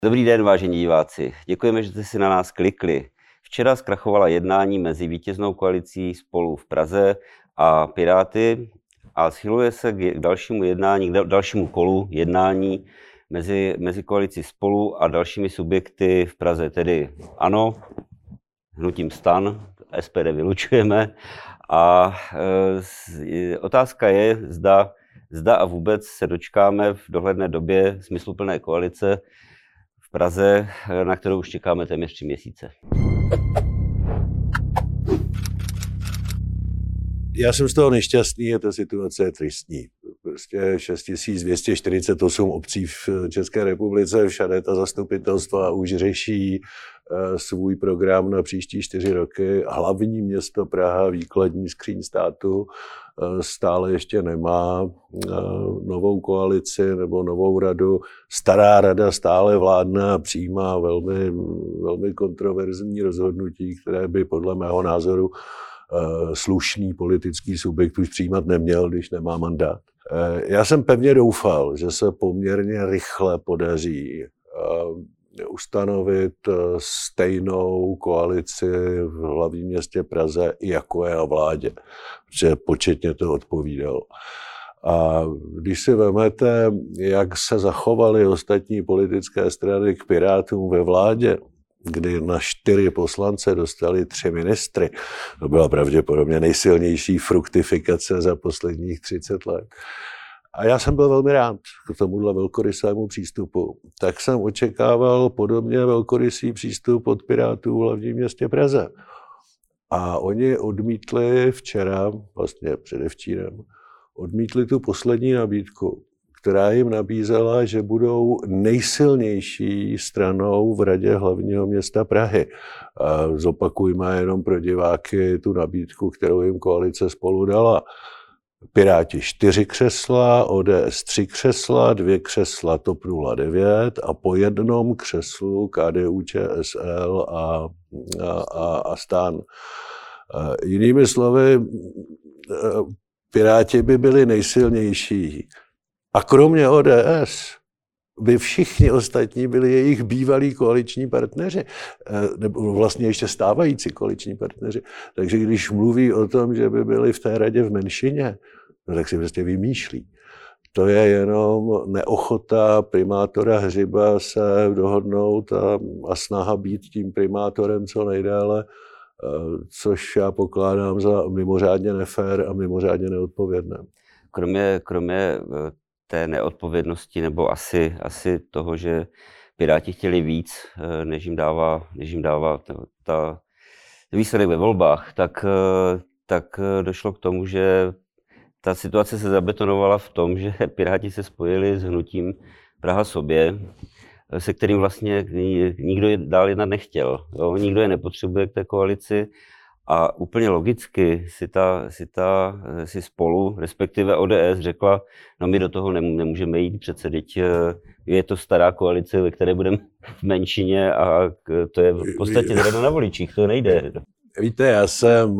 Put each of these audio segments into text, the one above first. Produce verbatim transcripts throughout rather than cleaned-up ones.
Dobrý den, vážení diváci. Děkujeme, že jste si na nás klikli. Včera zkrachovala jednání mezi vítěznou koalicí Spolu v Praze a Piráty a schyluje se k dalšímu jednání, k dalšímu kolu jednání mezi, mezi koalicí Spolu a dalšími subjekty v Praze, tedy ANO, hnutím STAN, S P D vylučujeme. A e, otázka je, zda, zda a vůbec se dočkáme v dohledné době smysluplné koalice v Praze, na kterou už čekáme téměř tři měsíce. Já jsem z toho nešťastný a ta situace je tristní. Prostě šest tisíc dvě stě čtyřicet osm obcí v České republice, všade ta zastupitelstva už řeší svůj program na příští čtyři roky. Hlavní město Praha, výkladní skříň státu, stále ještě nemá novou koalici nebo novou radu. Stará rada stále vládne a přijímá velmi, velmi kontroverzní rozhodnutí, které by podle mého názoru slušný politický subjekt už přijímat neměl, když nemá mandát. Já jsem pevně doufal, že se poměrně rychle podaří ustanovit stejnou koalici v hlavním městě Praze, jako je na vládě, protože početně to odpovídalo. A když si vezmete, jak se zachovaly ostatní politické strany k Pirátům ve vládě, kdy na čtyři poslance dostali tři ministry, to byla pravděpodobně nejsilnější fruktifikace za posledních třicet let. A já jsem byl velmi rád k tomuhle velkorysému přístupu. Tak jsem očekával podobně velkorysý přístup od Pirátů v hlavním městě Praze. A oni odmítli včera, vlastně předevčírem, odmítli tu poslední nabídku, která jim nabízela, že budou nejsilnější stranou v radě hlavního města Prahy. A zopakujme jenom pro diváky tu nabídku, kterou jim koalice Spolu dala. Piráti čtyři křesla, O D S tři křesla, dvě křesla T O P nula devět a po jednom křeslu K D U Č S L a, a, a, a STAN. A jinými slovy, Piráti by byli nejsilnější. A kromě O D S by všichni ostatní byli jejich bývalí koaliční partneři, nebo vlastně ještě stávající koaliční partneři. Takže když mluví o tom, že by byli v té radě v menšině, no tak si prostě vymýšlí. To je jenom neochota primátora Hřiba se dohodnout a, a snaha být tím primátorem co nejdéle, což já pokládám za mimořádně nefér a mimořádně neodpovědné. Kromě, kromě té neodpovědnosti nebo asi, asi toho, že Piráti chtěli víc, než jim dává, než jim dává ta, ta výsledek ve volbách, tak, tak došlo k tomu, že ta situace se zabetonovala v tom, že Piráti se spojili s hnutím Praha sobě, se kterým vlastně nikdo je dál jednat nechtěl. Jo? Nikdo je nepotřebuje k té koalici a úplně logicky si, ta, si, ta, si Spolu, respektive O D S, řekla, no my do toho nemůžeme jít, přece teď je to stará koalice, ve které budeme v menšině a to je v podstatě zrada na voličích, to nejde. Víte, já jsem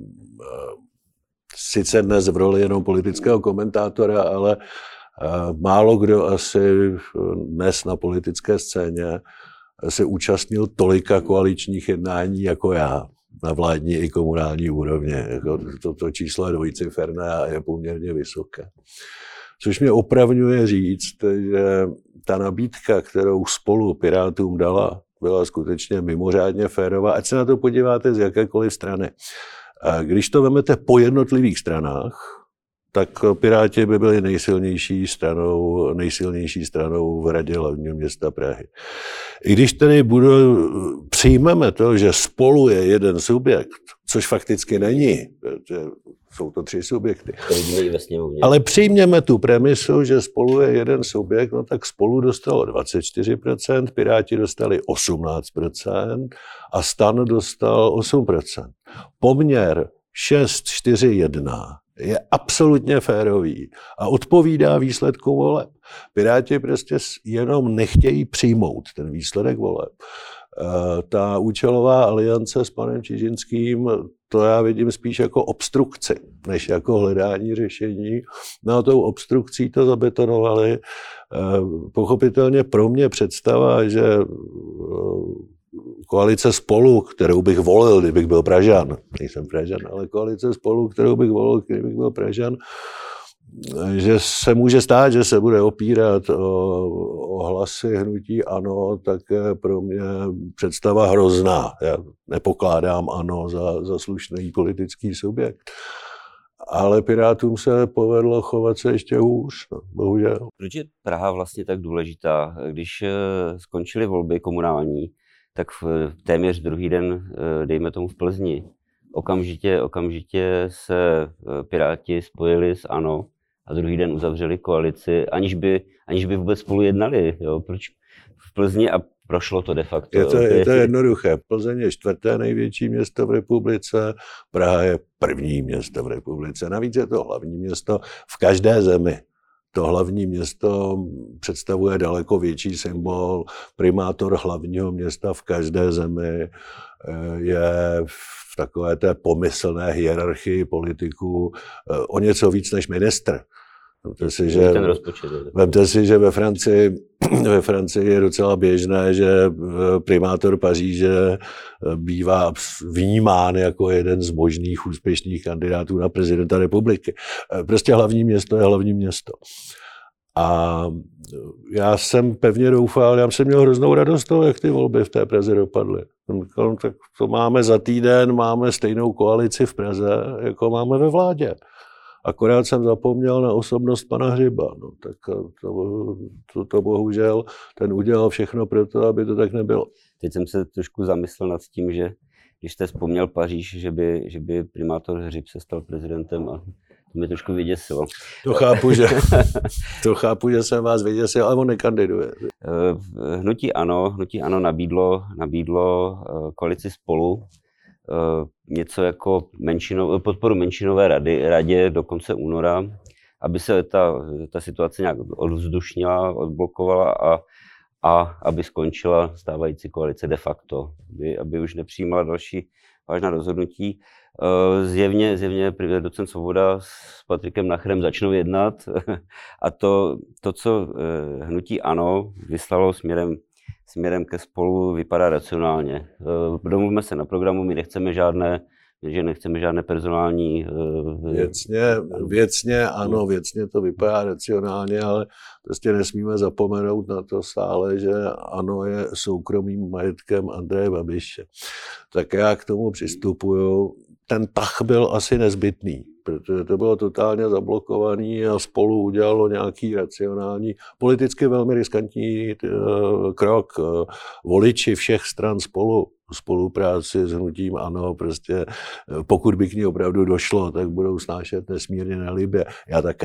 sice dnes v roli jenom politického komentátora, ale málo kdo asi dnes na politické scéně se účastnil tolika koaličních jednání jako já na vládní i komunální úrovni. Toto číslo je dvojciferné a je poměrně vysoké. Což mě opravňuje říct, že ta nabídka, kterou Spolu Pirátům dala, byla skutečně mimořádně férová. Ať se na to podíváte z jakékoliv strany. Když to vezmete po jednotlivých stranách, tak Piráti by byli nejsilnější stranou, nejsilnější stranou v radě hlavního města Prahy. I když tedy budou, přijmeme to, že Spolu je jeden subjekt, což fakticky není, protože jsou to tři subjekty, ale přijměme tu premisu, že Spolu je jeden subjekt, no tak Spolu dostalo dvacet čtyři procent, Piráti dostali osmnáct procent a STAN dostal osm procent. Poměr šest čtyři jedna je absolutně férový a odpovídá výsledku voleb. Piráti prostě jenom nechtějí přijmout ten výsledek voleb. Ta účelová aliance s panem Čižinským, to já vidím spíš jako obstrukci, než jako hledání řešení. No a tou obstrukcí to zabetonovali Pochopitelně pro mě představa, že koalice Spolu, kterou bych volil, kdybych byl Pražan, nejsem Pražan, ale koalice Spolu, kterou bych volil, kdybych byl Pražan, že se může stát, že se bude opírat o, o hlasy hnutí ANO, tak je pro mě představa hrozná. Já nepokládám ANO za, za slušný politický subjekt. Ale Pirátům se povedlo chovat se ještě hůř, no, bohužel. Proč je Praha vlastně tak důležitá? Když skončily volby komunální, tak v téměř druhý den, dejme tomu v Plzni, okamžitě, okamžitě se Piráti spojili s ANO a druhý den uzavřeli koalici, aniž by, aniž by vůbec spolu jednali. Jo? Proč v Plzni a prošlo to de facto? Je to, je to jednoduché. Plzeň je čtvrté největší město v republice, Praha je první město v republice. Navíc je to hlavní město v každé zemi. To hlavní město představuje daleko větší symbol. Primátor hlavního města v každé zemi je v takové té pomyslné hierarchii politiků o něco víc než ministr. Vemte si, že, vemte si, že ve Francii, ve Francii je docela běžné, že primátor Paříže bývá vnímán jako jeden z možných úspěšných kandidátů na prezidenta republiky. Prostě hlavní město je hlavní město. A já jsem pevně doufal, já jsem měl hroznou radost toho, jak ty volby v té Praze dopadly. Tak to máme za týden, máme stejnou koalici v Praze, jako máme ve vládě. Akorát jsem zapomněl na osobnost pana Hřiba. No, tak to, to, to bohužel ten udělal všechno pro to, aby to tak nebylo. Teď jsem se trošku zamyslel nad tím, že když jste vzpomněl Paříž, že by, že by primátor Hřib se stal prezidentem a to mě trošku vyděsilo. To chápu, že, to chápu, že jsem vás vyděsil, ale on nekandiduje. Hnutí ANO, hnutí ANO nabídlo, nabídlo koalici Spolu něco jako menšino, podporu menšinové rady, radě do konce února, aby se ta, ta situace nějak odvzdušnila, odblokovala a, a aby skončila stávající koalice de facto, aby, aby už nepřijímala další vážná rozhodnutí. Zjevně, zjevně docent Svoboda s Patrikem Nacherem začnou jednat a to, to co hnutí ANO vyslalo směrem směrem ke Spolu vypadá racionálně. Domluvme se na programu, my nechceme žádné, že nechceme žádné personální... Věcně, věcně ano, věcně to vypadá racionálně, ale prostě nesmíme zapomenout na to stále, že ANO je soukromým majetkem Andreje Babiše. Tak já k tomu přistupuju. Ten tah byl asi nezbytný, protože to bylo totálně zablokovaný a Spolu udělalo nějaký racionální, politicky velmi riskantní krok. Voliči všech stran Spolu, spolupráci s hnutím ANO, prostě pokud by k ní opravdu došlo, tak budou snášet nesmírně nelibě. Já také.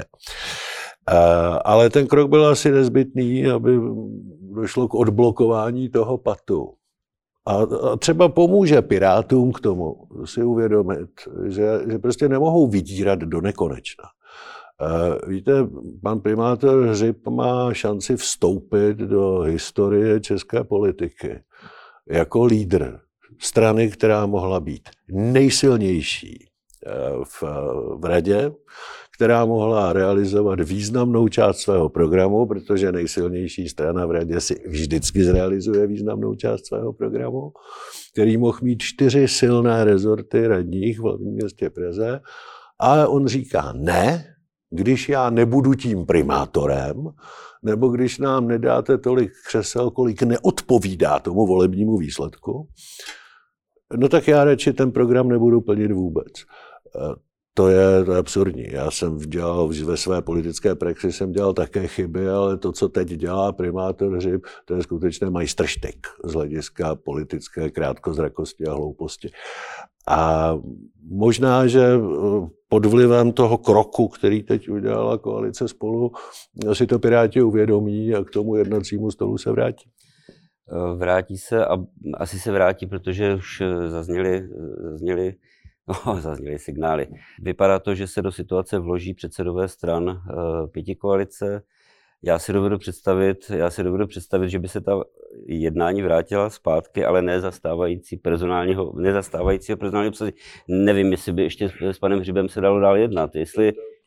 Ale ten krok byl asi nezbytný, aby došlo k odblokování toho patu. A třeba pomůže Pirátům k tomu si uvědomit, že, že prostě nemohou vydírat do nekonečna. Víte, pan primátor Hřib má šanci vstoupit do historie české politiky jako lídr strany, která mohla být nejsilnější v, v radě, která mohla realizovat významnou část svého programu, protože nejsilnější strana v radě si vždycky zrealizuje významnou část svého programu, který mohl mít čtyři silné rezorty radních v hlavním městě Praze, ale on říká ne, když já nebudu tím primátorem, nebo když nám nedáte tolik křesel, kolik neodpovídá tomu volebnímu výsledku, no tak já radši ten program nebudu plnit vůbec. To je, to je absurdní. Já jsem dělal ve své politické praxi jsem dělal také chyby, ale to, co teď dělá primátor Hřib, to je skutečně majstrštyk z hlediska politické krátkozrakosti a hlouposti. A možná, že pod vlivem toho kroku, který teď udělala koalice Spolu, si to Piráti uvědomí a k tomu jednacímu stolu se vrátí. Vrátí se a asi se vrátí, protože už zazněly, zazněly No, zazněly signály. Vypadá to, že se do situace vloží předsedové stran e, pěti koalice. Já si dovedu představit, já si dovedu představit, že by se ta jednání vrátila zpátky, ale ne za stávající personálního, ne za stávajícího personálního obsazení. Nevím, jestli by ještě s panem Hřibem se dalo dál jednat. Jestli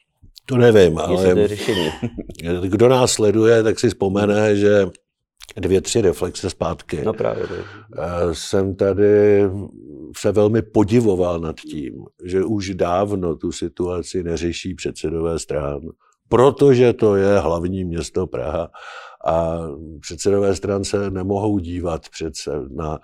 To nevím, ale to je řešení. Kdo nás sleduje, tak si vzpomene, že dvě, tři reflexe zpátky. No právě. Jsem tady se velmi podivoval nad tím, že už dávno tu situaci neřeší předsedové stran, protože to je hlavní město Praha a předsedové stran se nemohou dívat přece na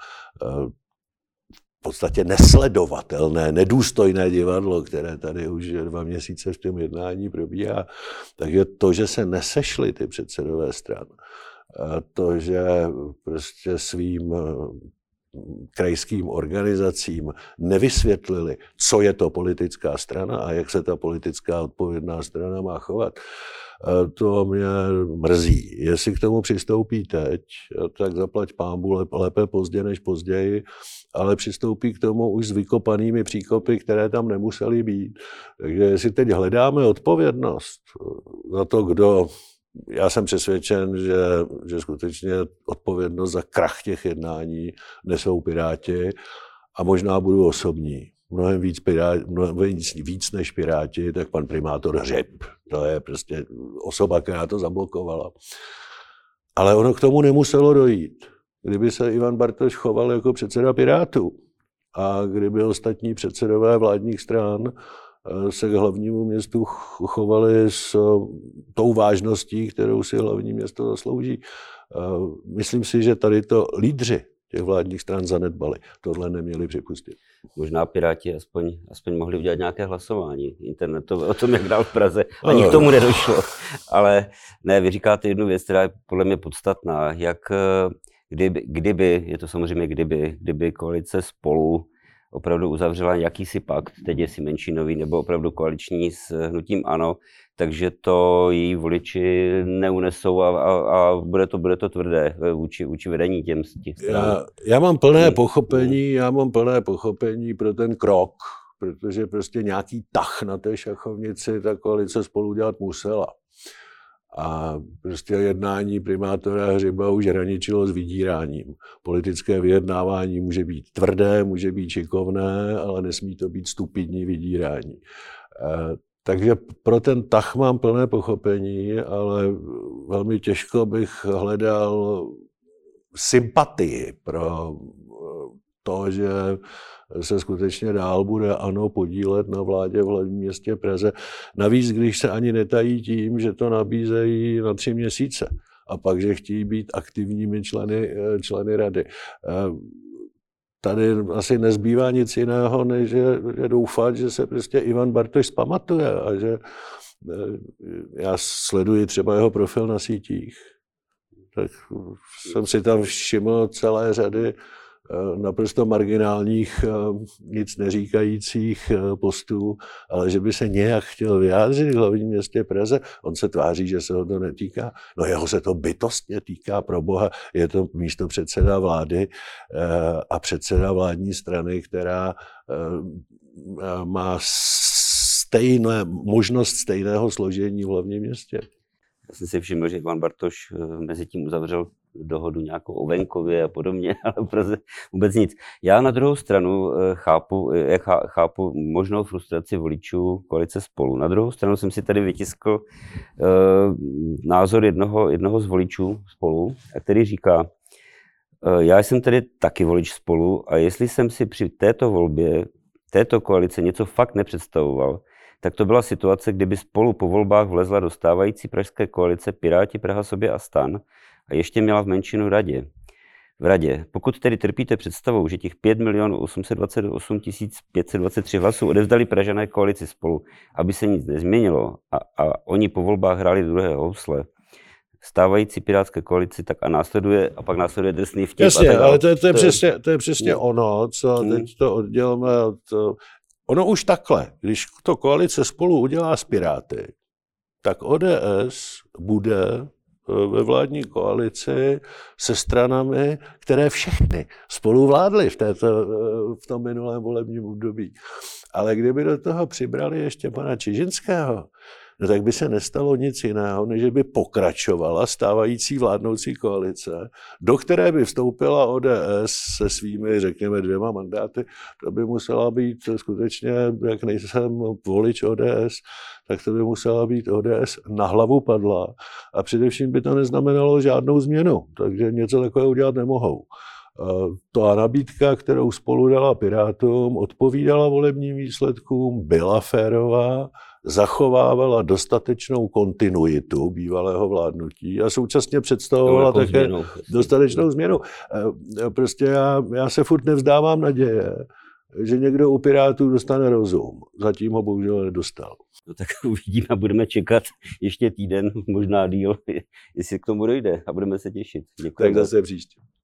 v podstatě nesledovatelné, nedůstojné divadlo, které tady už dva měsíce v tom jednání probíhá. Takže to, že se nesešly ty předsedové stran, to, že prostě svým krajským organizacím nevysvětlili, co je to politická strana a jak se ta politická odpovědná strana má chovat, to mě mrzí. Jestli k tomu přistoupí teď, tak zaplať pánbu, lépe pozdě než později, ale přistoupí k tomu už s vykopanými příkopy, které tam nemusely být. Takže jestli teď hledáme odpovědnost za to, kdo... Já jsem přesvědčen, že, že skutečně odpovědnost za krach těch jednání nesou Piráti a možná budu osobní. Mnohem víc, pirá, mnohem víc, víc než Piráti, tak pan primátor Hřib. To je prostě osoba, která to zablokovala. Ale ono k tomu nemuselo dojít. Kdyby se Ivan Bartoš choval jako předseda Pirátů a kdyby ostatní předsedové vládních stran se k hlavnímu městu chovali s tou vážností, kterou si hlavní město zaslouží. Myslím si, že tady to lídři těch vládních stran zanedbali. Tohle neměli připustit. Možná Piráti aspoň, aspoň mohli udělat nějaké hlasování internetové o tom, jak dál v Praze. Ani k tomu nedošlo. Ale ne, vy říkáte jednu věc, která je podle mě podstatná. Jak kdyby, kdyby je to samozřejmě kdyby, kdyby koalice Spolu opravdu uzavřela jakýsi pakt, teď je si menšinový nebo opravdu koaliční s hnutím ANO, takže to její voliči neunesou a, a, a bude, to, bude to tvrdé vůči, vůči vedení těm těch stran. Já, já mám plné pochopení, já mám plné pochopení pro ten krok, protože prostě nějaký tah na té šachovnici ta koalice Spolu dělat musela. A prostě jednání primátora Hřiba už hraničilo s vydíráním. Politické vyjednávání může být tvrdé, může být šikovné, ale nesmí to být stupidní vydírání. Takže pro ten tah mám plné pochopení, ale velmi těžko bych hledal sympatii pro to, že se skutečně dál bude ANO podílet na vládě v hlavním městě Praze. Navíc, když se ani netají tím, že to nabízejí na tři měsíce a pak, že chtějí být aktivními členy, členy rady. Tady asi nezbývá nic jiného, než že, že doufat, že se prostě Ivan Bartoš zpamatuje a že já sleduji třeba jeho profil na sítích. Tak jsem si tam všiml celé řady naprosto marginálních, nic neříkajících postů, ale že by se nějak chtěl vyjádřit v hlavním městě Praze. On se tváří, že se ho to netýká. No jeho se to bytostně týká, pro boha. Je to místopředseda vlády a předseda vládní strany, která má stejné, možnost stejného složení v hlavním městě. Já jsem si všiml, že Ivan Bartoš mezi tím uzavřel dohodu nějakou o venkově a podobně, ale prostě vůbec nic. Já na druhou stranu chápu, chápu možnou frustraci voličů koalice Spolu. Na druhou stranu jsem si tady vytiskl uh, názor jednoho, jednoho z voličů Spolu, který říká, uh, já jsem tedy taky volič Spolu a jestli jsem si při této volbě, této koalice něco fakt nepředstavoval, tak to byla situace, kdyby Spolu po volbách vlezla do stávající pražské koalice Piráti, Praha, Sobě a STAN a ještě měla v menšinu radě. V radě. Pokud tedy trpíte představou, že těch pět milionů osm set dvacet osm tisíc pět set dvacet tři hlasů odevzdali Pražané koalici Spolu, aby se nic nezměnilo a, a oni po volbách hráli do druhé housle, stávající pirátské koalici, tak a následuje, a pak následuje drsný vtip. Jasně, tak, ale to je, to je to přesně, to je přesně ono, co hmm. teď to oddělíme od... Ono už takhle, když to koalice Spolu udělá s Piráty, tak O D S bude ve vládní koalici se stranami, které všechny spolu vládly v, této, v tom minulém volebním období. Ale kdyby do toho přibrali ještě pana Čižinského, no tak by se nestalo nic jiného, než by pokračovala stávající vládnoucí koalice, do které by vstoupila O D S se svými, řekněme, dvěma mandáty. To by musela být skutečně, jak nejsem volič O D S, tak to by musela být O D S na hlavu padla. A především by to neznamenalo žádnou změnu, takže něco takového udělat nemohou. Ta nabídka, kterou spolu dala Pirátům, odpovídala volebním výsledkům, byla férová, zachovávala dostatečnou kontinuitu bývalého vládnutí a současně představovala také změnu. dostatečnou změnu. Prostě já, já se furt nevzdávám naděje, že někdo u Pirátů dostane rozum. Zatím ho bohužel nedostal. No tak uvidíme a budeme čekat ještě týden, možná díl, jestli k tomu dojde a budeme se těšit. Děkuji. Tak zase příště.